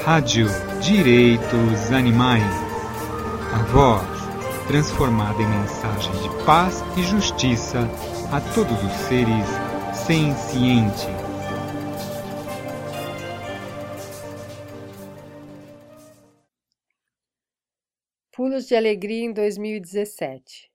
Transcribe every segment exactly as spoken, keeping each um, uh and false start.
Rádio Direitos Animais. A voz transformada em mensagem de paz e justiça a todos os seres sencientes. Pulos de alegria em dois mil e dezessete.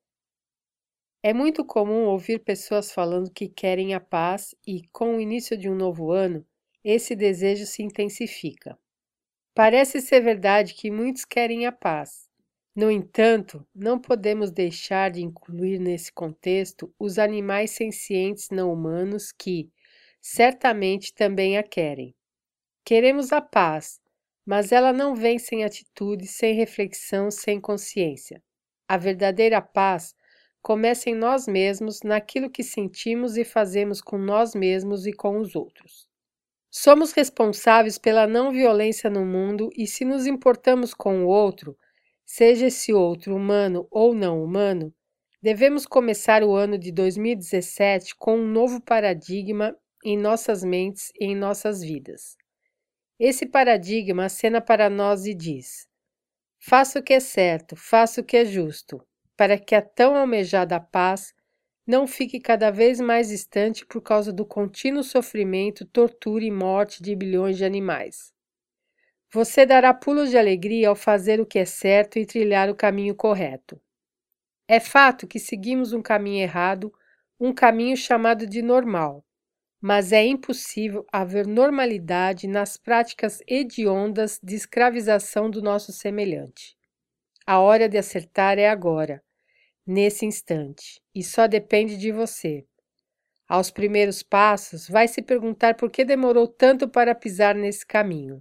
É muito comum ouvir pessoas falando que querem a paz e, com o início de um novo ano, esse desejo se intensifica. Parece ser verdade que muitos querem a paz. No entanto, não podemos deixar de incluir nesse contexto os animais sencientes não humanos que, certamente, também a querem. Queremos a paz, mas ela não vem sem atitude, sem reflexão, sem consciência. A verdadeira paz começa em nós mesmos, naquilo que sentimos e fazemos com nós mesmos e com os outros. Somos responsáveis pela não violência no mundo e, se nos importamos com o outro, seja esse outro humano ou não humano, devemos começar o ano de dois mil e dezessete com um novo paradigma em nossas mentes e em nossas vidas. Esse paradigma acena para nós e diz: faça o que é certo, faça o que é justo, para que a tão almejada paz não fique cada vez mais distante por causa do contínuo sofrimento, tortura e morte de bilhões de animais. Você dará pulos de alegria ao fazer o que é certo e trilhar o caminho correto. É fato que seguimos um caminho errado, um caminho chamado de normal, mas é impossível haver normalidade nas práticas hediondas de escravização do nosso semelhante. A hora de acertar é agora, nesse instante, e só depende de você. Aos primeiros passos, vai se perguntar por que demorou tanto para pisar nesse caminho.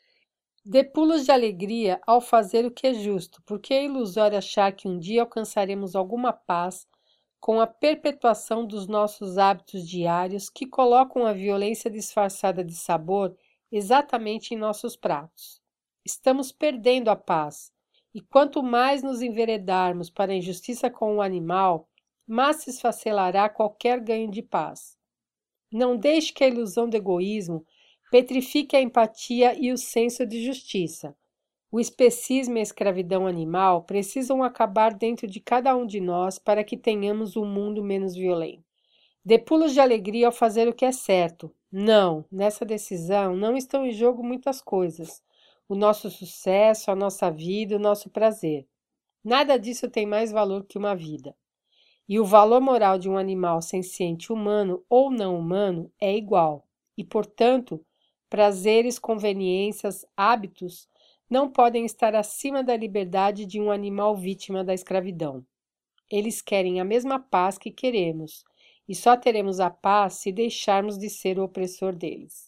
Dê pulos de alegria ao fazer o que é justo, porque é ilusório achar que um dia alcançaremos alguma paz com a perpetuação dos nossos hábitos diários que colocam a violência disfarçada de sabor exatamente em nossos pratos. Estamos perdendo a paz, e quanto mais nos enveredarmos para a injustiça com o animal, mais se esfacelará qualquer ganho de paz. Não deixe que a ilusão do egoísmo petrifique a empatia e o senso de justiça. O especismo e a escravidão animal precisam acabar dentro de cada um de nós para que tenhamos um mundo menos violento. Dê pulos de alegria ao fazer o que é certo. Não, nessa decisão não estão em jogo muitas coisas. O nosso sucesso, a nossa vida, o nosso prazer. Nada disso tem mais valor que uma vida. E o valor moral de um animal senciente humano ou não humano é igual. E, portanto, prazeres, conveniências, hábitos não podem estar acima da liberdade de um animal vítima da escravidão. Eles querem a mesma paz que queremos, e só teremos a paz se deixarmos de ser o opressor deles.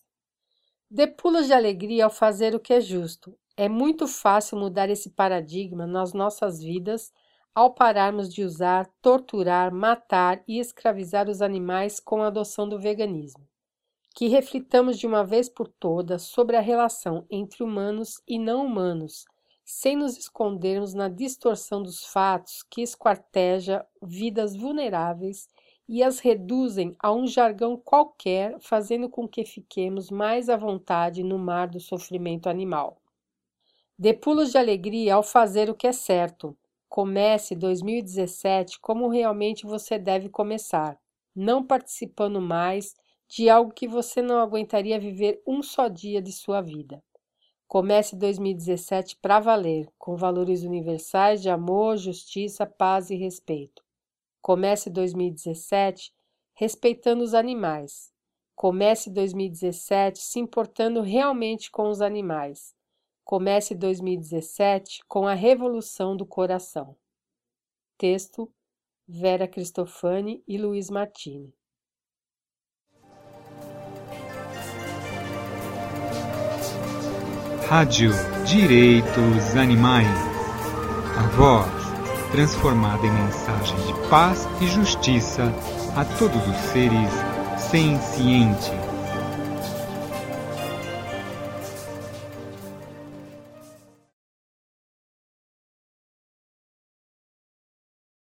Dê pulos de alegria ao fazer o que é justo. É muito fácil mudar esse paradigma nas nossas vidas ao pararmos de usar, torturar, matar e escravizar os animais com a adoção do veganismo. Que reflitamos de uma vez por todas sobre a relação entre humanos e não humanos, sem nos escondermos na distorção dos fatos que esquarteja vidas vulneráveis e as reduzem a um jargão qualquer, fazendo com que fiquemos mais à vontade no mar do sofrimento animal. Dê pulos de alegria ao fazer o que é certo. Comece dois mil e dezessete como realmente você deve começar, não participando mais de algo que você não aguentaria viver um só dia de sua vida. Comece dois mil e dezessete para valer, com valores universais de amor, justiça, paz e respeito. Comece dois mil e dezessete respeitando os animais. Comece dois mil e dezessete se importando realmente com os animais. Comece dois mil e dezessete com a revolução do coração. Texto: Vera Cristofani e Luiz Martini. Rádio Direitos Animais. A voz transformada em mensagem de paz e justiça a todos os seres sencientes.